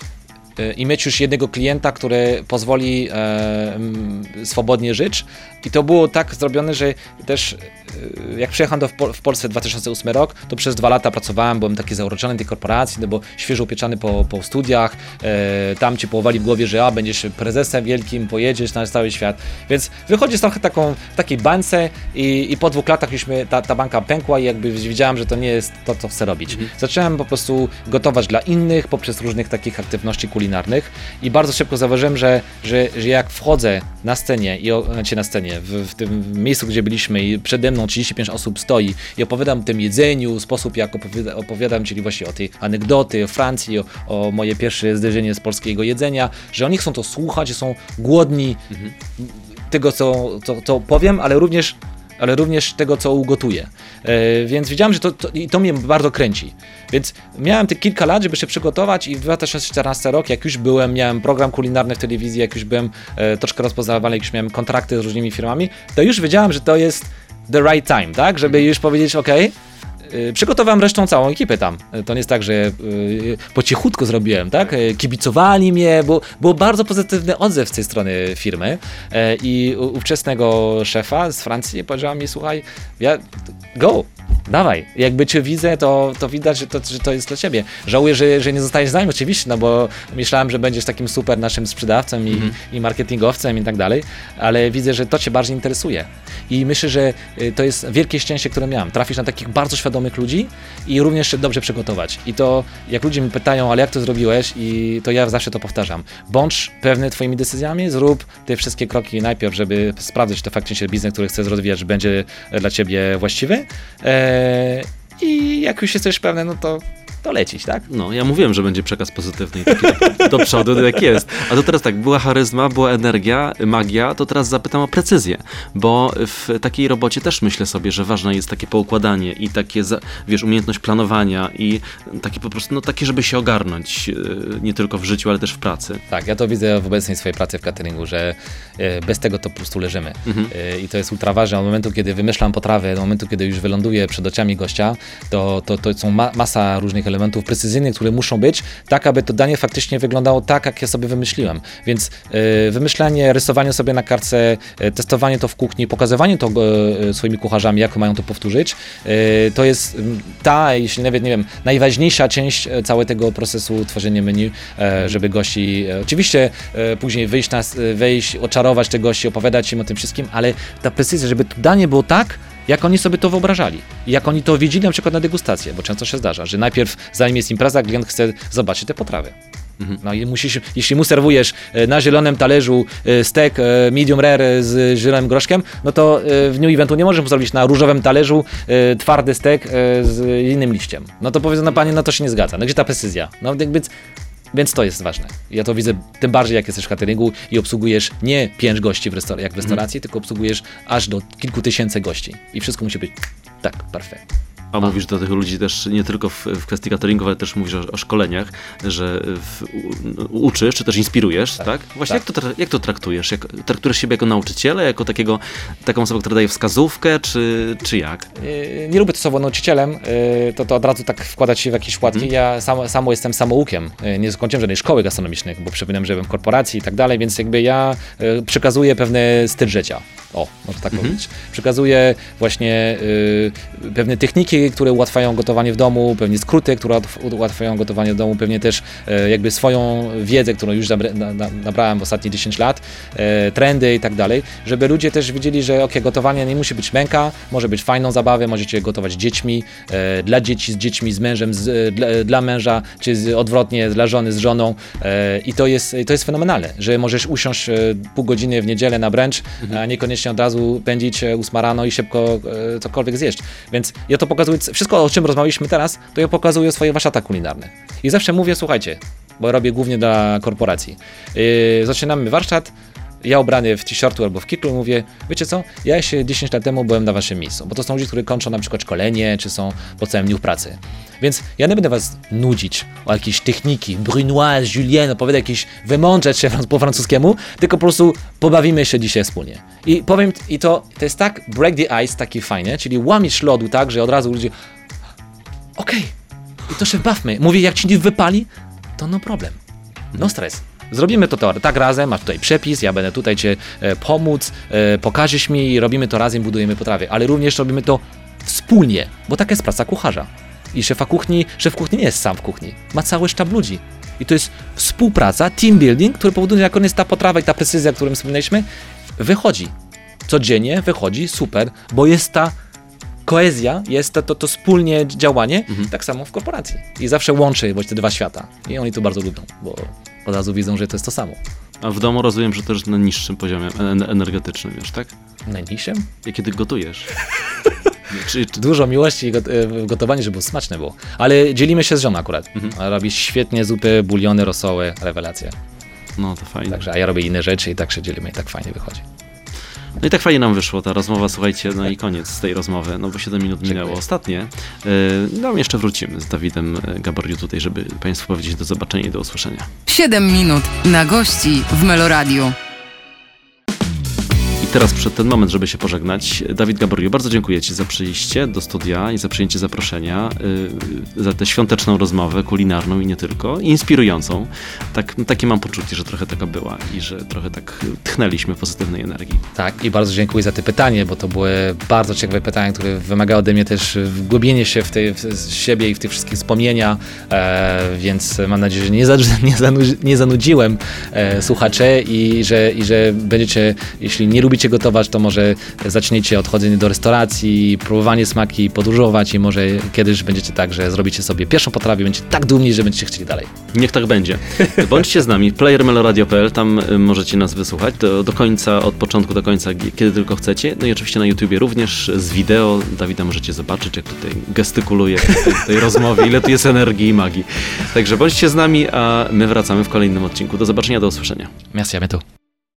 i mieć już jednego klienta, który pozwoli e, swobodnie żyć. I to było tak zrobione, że też e, jak przyjechałem do, w Polsce dwa tysiące ósmy rok, to przez dwa lata pracowałem, byłem taki zauroczony tej korporacji, no bo świeżo upieczony po, po studiach, e, tam ci połowali w głowie, że a, będziesz prezesem wielkim, pojedziesz na cały świat. Więc wychodzisz trochę taką, w takiej bańce i, i po dwóch latach już mnie ta, ta banka pękła i jakby wiedziałem, że to nie jest to, co chcę robić. Mhm. Zacząłem po prostu gotować dla innych poprzez różnych takich aktywności kulinarnych. I bardzo szybko zauważyłem, że, że, że jak wchodzę na scenie, i znaczy na scenie, w, w tym miejscu, gdzie byliśmy i przede mną trzydzieści pięć osób stoi i opowiadam o tym jedzeniu, sposób jak opowiada, opowiadam, czyli właśnie o tej anegdoty, o Francji, o, o moje pierwsze zderzenie z polskiego jedzenia, że oni chcą to słuchać, że są głodni mhm. tego, co, co, co powiem, ale również ale również tego, co ugotuję. E, więc wiedziałem, że to, to, i to mnie bardzo kręci. Więc miałem te kilka lat, żeby się przygotować i w dwa tysiące czternastym rok, jak już byłem, miałem program kulinarny w telewizji, jak już byłem e, troszkę rozpoznawalny, jak już miałem kontrakty z różnymi firmami, to już wiedziałem, że to jest the right time, tak? Żeby już powiedzieć, ok, przygotowałem resztą całą ekipę tam. To nie jest tak, że yy, po cichutku zrobiłem, tak? Kibicowali mnie, bo był bardzo pozytywny odzew z tej strony firmy yy, i ówczesnego szefa z Francji powiedział mi, słuchaj, ja, go, dawaj, jakby cię widzę, to, to widać, że to, że to jest dla ciebie. Żałuję, że, że nie zostajesz z nami oczywiście, no bo myślałem, że będziesz takim super naszym sprzedawcą i, mm-hmm. i marketingowcem i tak dalej, ale widzę, że to cię bardziej interesuje. I myślę, że to jest wielkie szczęście, które miałem. Trafić na takich bardzo świadomych ludzi i również się dobrze przygotować. I to, jak ludzie mi pytają, ale jak to zrobiłeś? I to ja zawsze to powtarzam. Bądź pewny twoimi decyzjami, zrób te wszystkie kroki najpierw, żeby sprawdzić, czy to faktycznie biznes, który chcesz rozwijać, będzie dla ciebie właściwy. Eee, I jak już jesteś pewny, no to to lecić, tak? No, ja mówiłem, że będzie przekaz pozytywny i taki do przodu, jak jest. A to teraz tak, była charyzma, była energia, magia, to teraz zapytam o precyzję, bo w takiej robocie też myślę sobie, że ważne jest takie poukładanie i takie, wiesz, umiejętność planowania i takie po prostu, no takie, żeby się ogarnąć, nie tylko w życiu, ale też w pracy. Tak, ja to widzę w obecnej swojej pracy w cateringu, że bez tego to po prostu leżymy. Mhm. I to jest ultra ważne. Od momentu, kiedy wymyślam potrawę, do momentu, kiedy już wyląduję przed oczami gościa, to, to, to są ma- masa różnych elementów, elementów precyzyjnych, które muszą być, tak aby to danie faktycznie wyglądało tak, jak ja sobie wymyśliłem. Więc y, wymyślanie, rysowanie sobie na kartce, y, testowanie to w kuchni, pokazywanie to y, swoimi kucharzami, jak mają to powtórzyć, y, to jest ta, jeśli nawet nie wiem, najważniejsza część całego tego procesu tworzenia menu, y, żeby gości, y, oczywiście y, później wyjść, na, wejść, oczarować te gości, opowiadać im o tym wszystkim, ale ta precyzja, żeby to danie było tak, jak oni sobie to wyobrażali i jak oni to wiedzieli na przykład na degustację, bo często się zdarza, że najpierw zanim jest impreza, klient chce zobaczyć te potrawy. Mhm. No i musisz, jeśli mu serwujesz na zielonym talerzu steak medium rare z zielonym groszkiem, no to w dniu eventu nie możesz mu zrobić na różowym talerzu twardy steak z innym liściem. No to powiedzą, no panie, no to się nie zgadza. No gdzie ta precyzja? No więc Więc to jest ważne. Ja to widzę tym bardziej, jak jesteś w cateringu i obsługujesz nie pięć gości w restaur- jak w restauracji, mm. tylko obsługujesz aż do kilku tysięcy gości. I wszystko musi być tak, perfekt. A mówisz do tych ludzi też nie tylko w, w kwestii cateringu, ale też mówisz o, o szkoleniach, że w, u, uczysz, czy też inspirujesz, tak? tak? Właśnie tak. Jak, to, jak to traktujesz? Jak, traktujesz siebie jako nauczyciela, jako takiego, taką osobę, która daje wskazówkę, czy, czy jak? Yy, nie lubię to słowo nauczycielem, yy, to, to od razu tak wkładać się w jakieś płatki. Hmm. Ja sam, samo jestem samoukiem, yy, nie skończyłem żadnej szkoły gastronomicznej, bo przypominam, że byłem w korporacji i tak dalej, więc jakby ja yy, przekazuję pewny styl życia. O, można tak mm-hmm. powiedzieć. Przekazuję właśnie y, pewne techniki, które ułatwiają gotowanie w domu, pewnie skróty, które ułatwiają gotowanie w domu, pewnie też y, jakby swoją wiedzę, którą już zabra, na, na, nabrałem w ostatnie dziesięć lat, y, trendy i tak dalej, żeby ludzie też wiedzieli, że ok, gotowanie nie musi być męka, może być fajną zabawę, możecie gotować z dziećmi, y, dla dzieci, z dziećmi, z mężem, z, dla, dla męża, czy z, odwrotnie dla żony, z żoną y, i to jest, to jest fenomenalne, że możesz usiąść y, pół godziny w niedzielę na brunch, mm-hmm. a niekoniecznie od razu pędzić ósma rano i szybko e, cokolwiek zjeść. Więc ja to pokazuję, wszystko o czym rozmawialiśmy teraz, to ja pokazuję swoje warsztaty kulinarne. I zawsze mówię, słuchajcie, bo robię głównie dla korporacji. Yy, zaczynamy warsztat, ja ubrany w t-shirtu albo w kiklu mówię, wiecie co, ja się dziesięć lat temu byłem na waszym miejscu, bo to są ludzie, którzy kończą na przykład szkolenie, czy są po całym dniu w pracy. Więc ja nie będę was nudzić o jakieś techniki, brunoise, julienne, opowiadać jakieś wymądrzeć się po francuskiemu, tylko po prostu pobawimy się dzisiaj wspólnie. I powiem, i to, to jest tak break the ice, taki fajnie, czyli łamiesz lodu tak, że od razu ludzie okej, okay. I to się bawmy. Mówię, jak ci nie wypali, to no problem, no stres. Zrobimy to, to tak razem, masz tutaj przepis, ja będę tutaj cię e, pomóc, e, pokażesz mi i robimy to razem, budujemy potrawy, ale również robimy to wspólnie, bo taka jest praca kucharza. I szefa kuchni, szef kuchni nie jest sam w kuchni, ma cały sztab ludzi. I to jest współpraca, team building, który powoduje, jak on jest ta potrawa i ta precyzja, o którym wspomnieliśmy, wychodzi. Codziennie wychodzi, super, bo jest ta koezja, jest to, to, to wspólnie działanie, mhm. tak samo w korporacji. I zawsze łączy właśnie te dwa świata. I oni to bardzo lubią, bo od razu widzą, że to jest to samo. A w domu rozumiem, że też na niższym poziomie energetycznym, wiesz, tak? Najniższym? Ja kiedy gotujesz. Czy, czy... Dużo miłości w gotowaniu, żeby było smaczne było. Ale dzielimy się z żoną akurat. Mhm. Robi świetnie zupy, buliony, rosoły, rewelacja. No to fajnie. Także, a ja robię inne rzeczy i tak się dzielimy i tak fajnie wychodzi. No i tak fajnie nam wyszło ta rozmowa, słuchajcie, no i koniec tej rozmowy, no bo siedem minut minęło. Dziękuję. Ostatnie. No jeszcze wrócimy z Dawidem Gaboriu tutaj, żeby Państwu powiedzieć do zobaczenia i do usłyszenia. siedem minut na gości w Meloradiu. I teraz przed ten moment, żeby się pożegnać, Dawid Gaboriu, bardzo dziękuję Ci za przyjście do studia i za przyjęcie zaproszenia, yy, za tę świąteczną rozmowę kulinarną i nie tylko, inspirującą. Tak, no, takie mam poczucie, że trochę taka była i że trochę tak tchnęliśmy pozytywnej energii. Tak, i bardzo dziękuję za te pytanie, bo to były bardzo ciekawe pytania, które wymagały ode mnie też wgłębienie się w, tej, w siebie i w tych wszystkich wspomnienia, e, więc mam nadzieję, że nie, za, nie, zanudzi, nie zanudziłem e, słuchaczy i że, i że będziecie, jeśli nie lubicie gotować, to może zaczniecie od chodzenia do restauracji, próbowanie smaki, podróżować i może kiedyś będziecie tak, że zrobicie sobie pierwszą potrawę i będziecie tak dumni, że będziecie chcieli dalej. Niech tak będzie. Bądźcie z nami, player meloradio kropka p l, tam możecie nas wysłuchać do, do końca, od początku do końca, kiedy tylko chcecie. No i oczywiście na YouTubie również z wideo. Dawida możecie zobaczyć, jak tutaj gestykuluje w tej, tej rozmowie, ile tu jest energii i magii. Także bądźcie z nami, a my wracamy w kolejnym odcinku. Do zobaczenia, do usłyszenia. Merci, à bientôt.